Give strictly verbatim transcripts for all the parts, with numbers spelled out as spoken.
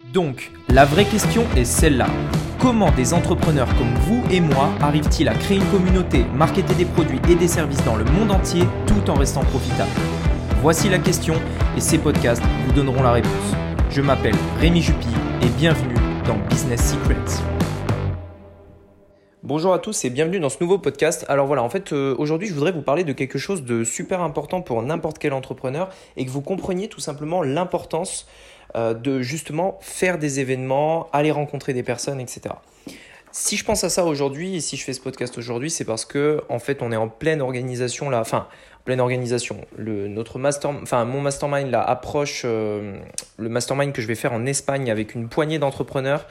Donc, la vraie question est celle-là. Comment des entrepreneurs comme vous et moi arrivent-ils à créer une communauté, marketer des produits et des services dans le monde entier tout en restant profitables? Voici la question et ces podcasts vous donneront la réponse. Je m'appelle Rémi Jupy et bienvenue dans Business Secrets. Bonjour à tous et bienvenue dans ce nouveau podcast. Alors voilà, en fait, euh, aujourd'hui, je voudrais vous parler de quelque chose de super important pour n'importe quel entrepreneur et que vous compreniez tout simplement l'importance euh, de justement faire des événements, aller rencontrer des personnes, et cetera. Si je pense à ça aujourd'hui et si je fais ce podcast aujourd'hui, c'est parce que en fait, on est en pleine organisation là, enfin, en pleine organisation. Le, notre master, enfin, mon mastermind là approche euh, le mastermind que je vais faire en Espagne avec une poignée d'entrepreneurs,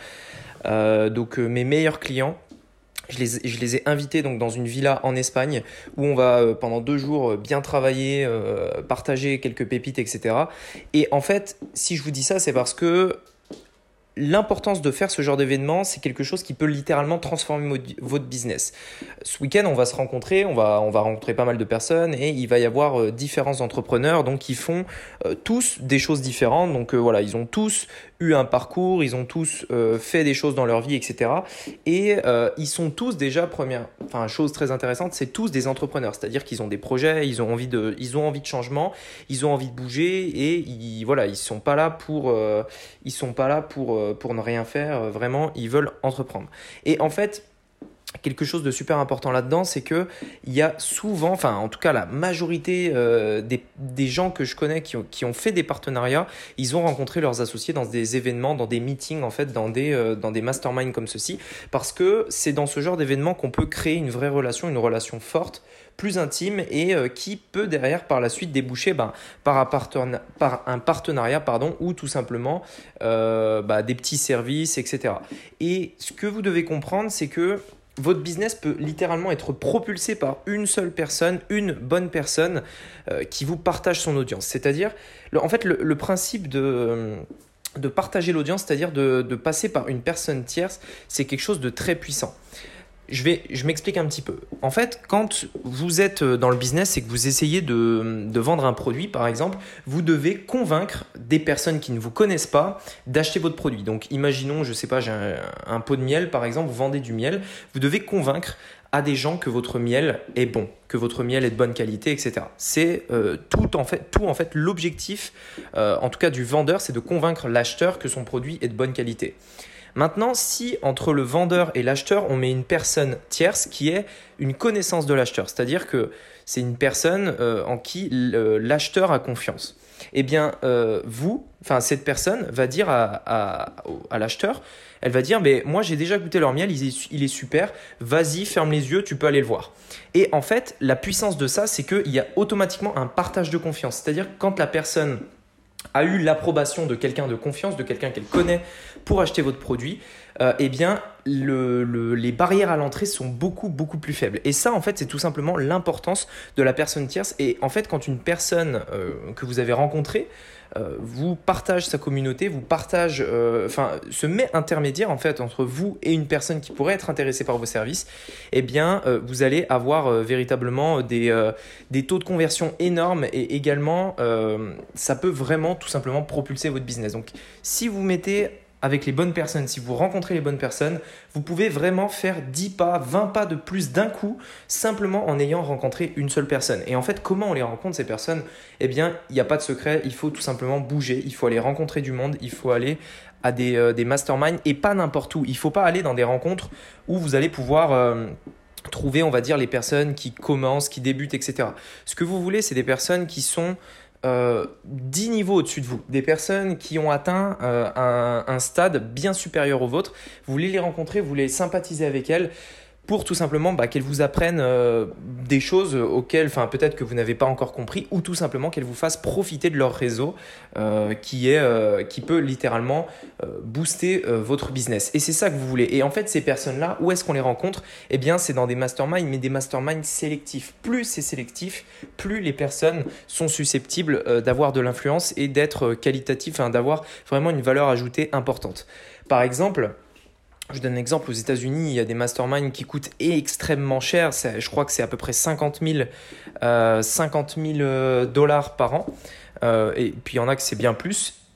euh, donc euh, mes meilleurs clients. Je les, je les ai invités donc dans une villa en Espagne où on va euh, pendant deux jours euh, bien travailler, euh, partager quelques pépites, et cetera. Et en fait, si je vous dis ça, c'est parce que l'importance de faire ce genre d'événement, c'est quelque chose qui peut littéralement transformer votre business. Ce week-end, on va se rencontrer, on va, on va rencontrer pas mal de personnes et il va y avoir euh, différents entrepreneurs donc qui font euh, tous des choses différentes. Donc euh, voilà, ils ont tous eu un parcours, ils ont tous euh, fait des choses dans leur vie, et cetera. Et euh, ils sont tous déjà, première, enfin chose très intéressante, c'est tous des entrepreneurs. C'est-à-dire qu'ils ont des projets, ils ont envie de, ils ont envie de changement, ils ont envie de bouger et ils, voilà, ils sont pas là pour, euh, ils sont pas là pour euh, pour ne rien faire, vraiment, ils veulent entreprendre. Et en fait, quelque chose de super important là-dedans, c'est qu'il y a souvent, enfin en tout cas la majorité euh, des, des gens que je connais qui ont, qui ont fait des partenariats, ils ont rencontré leurs associés dans des événements, dans des meetings, en fait, dans des, euh, dans des masterminds comme ceci, parce que c'est dans ce genre d'événements qu'on peut créer une vraie relation, une relation forte, plus intime et euh, qui peut derrière par la suite déboucher ben, par, un partenariat, par un partenariat pardon, ou tout simplement euh, bah, des petits services, et cetera. Et ce que vous devez comprendre, c'est que votre business peut littéralement être propulsé par une seule personne, une bonne personne euh, qui vous partage son audience. C'est-à-dire, le, en fait, le, le principe de... de partager l'audience, c'est-à-dire de, de passer par une personne tierce, c'est quelque chose de très puissant. Je, vais, je m'explique un petit peu. En fait, quand vous êtes dans le business et que vous essayez de, de vendre un produit, par exemple, vous devez convaincre des personnes qui ne vous connaissent pas d'acheter votre produit. Donc, imaginons, je ne sais pas, j'ai un, un pot de miel, par exemple, vous vendez du miel. Vous devez convaincre à des gens que votre miel est bon, que votre miel est de bonne qualité, et cetera. C'est euh, tout en fait, tout en fait l'objectif, euh, en tout cas du vendeur, c'est de convaincre l'acheteur que son produit est de bonne qualité. Maintenant, si entre le vendeur et l'acheteur, on met une personne tierce qui est une connaissance de l'acheteur, c'est-à-dire que c'est une personne euh, en qui l'acheteur a confiance, eh bien, euh, vous, enfin cette personne va dire à, à, à l'acheteur, elle va dire, mais moi j'ai déjà goûté leur miel, il est, il est super, vas-y, ferme les yeux, tu peux aller le voir. Et en fait, la puissance de ça, c'est qu'il y a automatiquement un partage de confiance, c'est-à-dire que quand la personne a eu l'approbation de quelqu'un de confiance, de quelqu'un qu'elle connaît pour acheter votre produit, euh, eh bien, le, le, les barrières à l'entrée sont beaucoup, beaucoup plus faibles. Et ça, en fait, c'est tout simplement l'importance de la personne tierce. Et en fait, quand une personne euh, que vous avez rencontrée euh, vous partage sa communauté, vous partage, euh, enfin, se met intermédiaire en fait entre vous et une personne qui pourrait être intéressée par vos services, eh bien, euh, vous allez avoir euh, véritablement des, euh, des taux de conversion énormes et également, euh, ça peut vraiment tout simplement propulser votre business. Donc, si vous mettez avec les bonnes personnes, si vous rencontrez les bonnes personnes, vous pouvez vraiment faire dix pas, vingt pas de plus d'un coup, simplement en ayant rencontré une seule personne. Et en fait, comment on les rencontre ces personnes? Eh bien, il n'y a pas de secret, il faut tout simplement bouger, il faut aller rencontrer du monde, il faut aller à des, euh, des masterminds et pas n'importe où. Il ne faut pas aller dans des rencontres où vous allez pouvoir euh, trouver, on va dire, les personnes qui commencent, qui débutent, et cetera. Ce que vous voulez, c'est des personnes qui sont Euh, dix niveaux au-dessus de vous, des personnes qui ont atteint euh, un, un stade bien supérieur au vôtre. Vous voulez les rencontrer, vous voulez sympathiser avec elles pour tout simplement bah, qu'elles vous apprennent euh, des choses auxquelles enfin, peut-être que vous n'avez pas encore compris ou tout simplement qu'elles vous fassent profiter de leur réseau euh, qui, est, euh, qui peut littéralement euh, booster euh, votre business. Et c'est ça que vous voulez. Et en fait, ces personnes-là, où est-ce qu'on les rencontre? Eh bien, c'est dans des masterminds, mais des masterminds sélectifs. Plus c'est sélectif, plus les personnes sont susceptibles euh, d'avoir de l'influence et d'être qualitatifs, hein, d'avoir vraiment une valeur ajoutée importante. Par exemple, je donne un exemple, aux États-Unis, il y a des masterminds qui coûtent extrêmement cher. C'est, je crois que c'est à peu près cinquante mille dollars par an. Euh, et puis il y en a que c'est bien plus.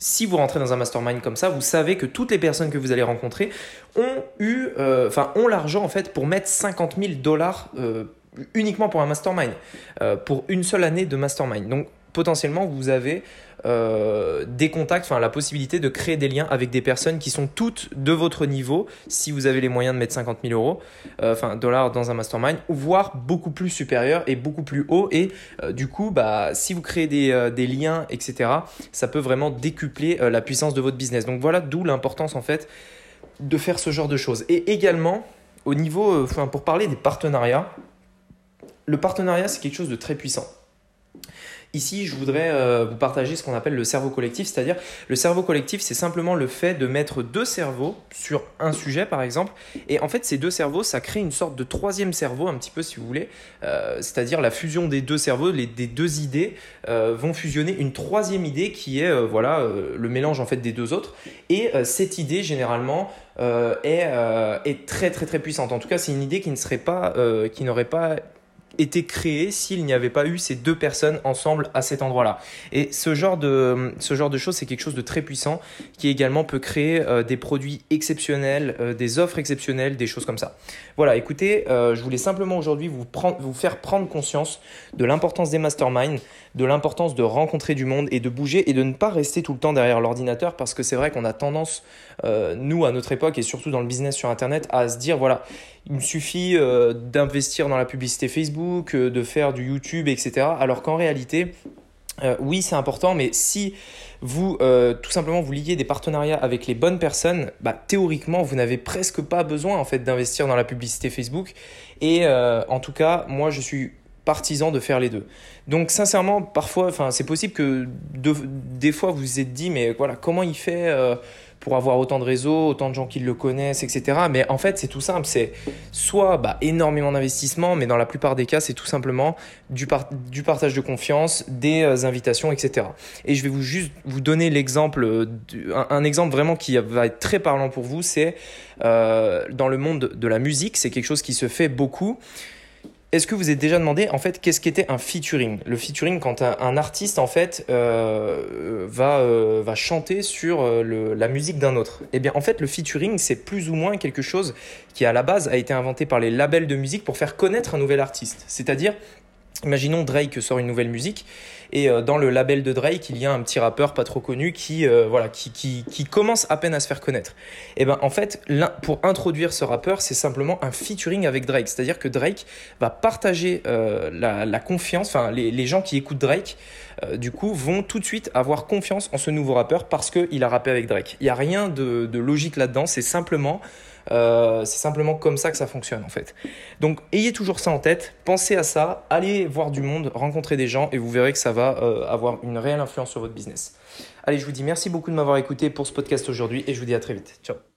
si vous rentrez dans un mastermind comme ça, vous savez que toutes les personnes que vous allez rencontrer ont eu, euh, enfin, ont l'argent en fait pour mettre cinquante mille dollars euh, uniquement pour un mastermind, euh, pour une seule année de mastermind. Donc, potentiellement, vous avez euh, des contacts, enfin la possibilité de créer des liens avec des personnes qui sont toutes de votre niveau, si vous avez les moyens de mettre cinquante mille euros, euh, enfin dollars dans un mastermind, voire beaucoup plus supérieur et beaucoup plus haut. Et euh, du coup, bah, si vous créez des, euh, des liens, et cetera, ça peut vraiment décupler euh, la puissance de votre business. Donc voilà, d'où l'importance en fait de faire ce genre de choses. Et également, au niveau, euh, enfin, pour parler des partenariats, le partenariat, c'est quelque chose de très puissant. Ici, je voudrais euh, vous partager ce qu'on appelle le cerveau collectif, c'est-à-dire le cerveau collectif, c'est simplement le fait de mettre deux cerveaux sur un sujet, par exemple. Et en fait, ces deux cerveaux, ça crée une sorte de troisième cerveau, un petit peu si vous voulez, euh, c'est-à-dire la fusion des deux cerveaux, les, des deux idées euh, vont fusionner une troisième idée qui est euh, voilà, euh, le mélange en fait des deux autres. Et euh, cette idée, généralement, euh, est, euh, est très très très puissante. En tout cas, c'est une idée qui ne serait pas, euh, qui n'aurait pas été créé s'il n'y avait pas eu ces deux personnes ensemble à cet endroit-là. Et ce genre de, ce genre de choses, c'est quelque chose de très puissant qui également peut créer euh, des produits exceptionnels, euh, des offres exceptionnelles, des choses comme ça. Voilà, écoutez, euh, je voulais simplement aujourd'hui vous, prendre, vous faire prendre conscience de l'importance des masterminds, de l'importance de rencontrer du monde et de bouger et de ne pas rester tout le temps derrière l'ordinateur, parce que c'est vrai qu'on a tendance, euh, nous à notre époque et surtout dans le business sur Internet, à se dire voilà, il me suffit euh, d'investir dans la publicité Facebook, euh, de faire du YouTube, et cetera. Alors qu'en réalité, euh, oui, c'est important, mais si vous, euh, tout simplement, vous liez des partenariats avec les bonnes personnes, bah, théoriquement, vous n'avez presque pas besoin en fait, d'investir dans la publicité Facebook. Et euh, en tout cas, moi, je suis partisan de faire les deux. Donc sincèrement, parfois, enfin, c'est possible que de, des fois vous vous êtes dit, mais voilà, comment il fait euh, pour avoir autant de réseaux, autant de gens qui le connaissent, et cetera. Mais en fait, c'est tout simple, c'est soit bah, énormément d'investissement, mais dans la plupart des cas, c'est tout simplement du, par- du partage de confiance, des euh, invitations, et cetera. Et je vais vous juste vous donner l'exemple, du, un, un exemple vraiment qui va être très parlant pour vous, c'est euh, dans le monde de la musique, c'est quelque chose qui se fait beaucoup. Est-ce que vous vous êtes déjà demandé en fait qu'est-ce qu'était un featuring? Le featuring, quand un, un artiste en fait euh, va euh, va chanter sur euh, le, la musique d'un autre. Eh bien en fait le featuring, c'est plus ou moins quelque chose qui à la base a été inventé par les labels de musique pour faire connaître un nouvel artiste. C'est-à-dire, imaginons Drake sort une nouvelle musique et euh, dans le label de Drake, il y a un petit rappeur pas trop connu qui, euh, voilà, qui, qui, qui commence à peine à se faire connaître. Et ben en fait, pour introduire ce rappeur, c'est simplement un featuring avec Drake. C'est-à-dire que Drake va partager euh, la, la confiance, enfin les, les gens qui écoutent Drake, euh, du coup, vont tout de suite avoir confiance en ce nouveau rappeur parce qu'il a rappé avec Drake. Il n'y a rien de, de logique là-dedans, c'est simplement... Euh, c'est simplement comme ça que ça fonctionne en fait. Donc ayez toujours ça en tête, pensez à ça, allez voir du monde, rencontrer des gens et vous verrez que ça va euh, avoir une réelle influence sur votre business. Allez, je vous dis merci beaucoup de m'avoir écouté pour ce podcast aujourd'hui et je vous dis à très vite. Ciao.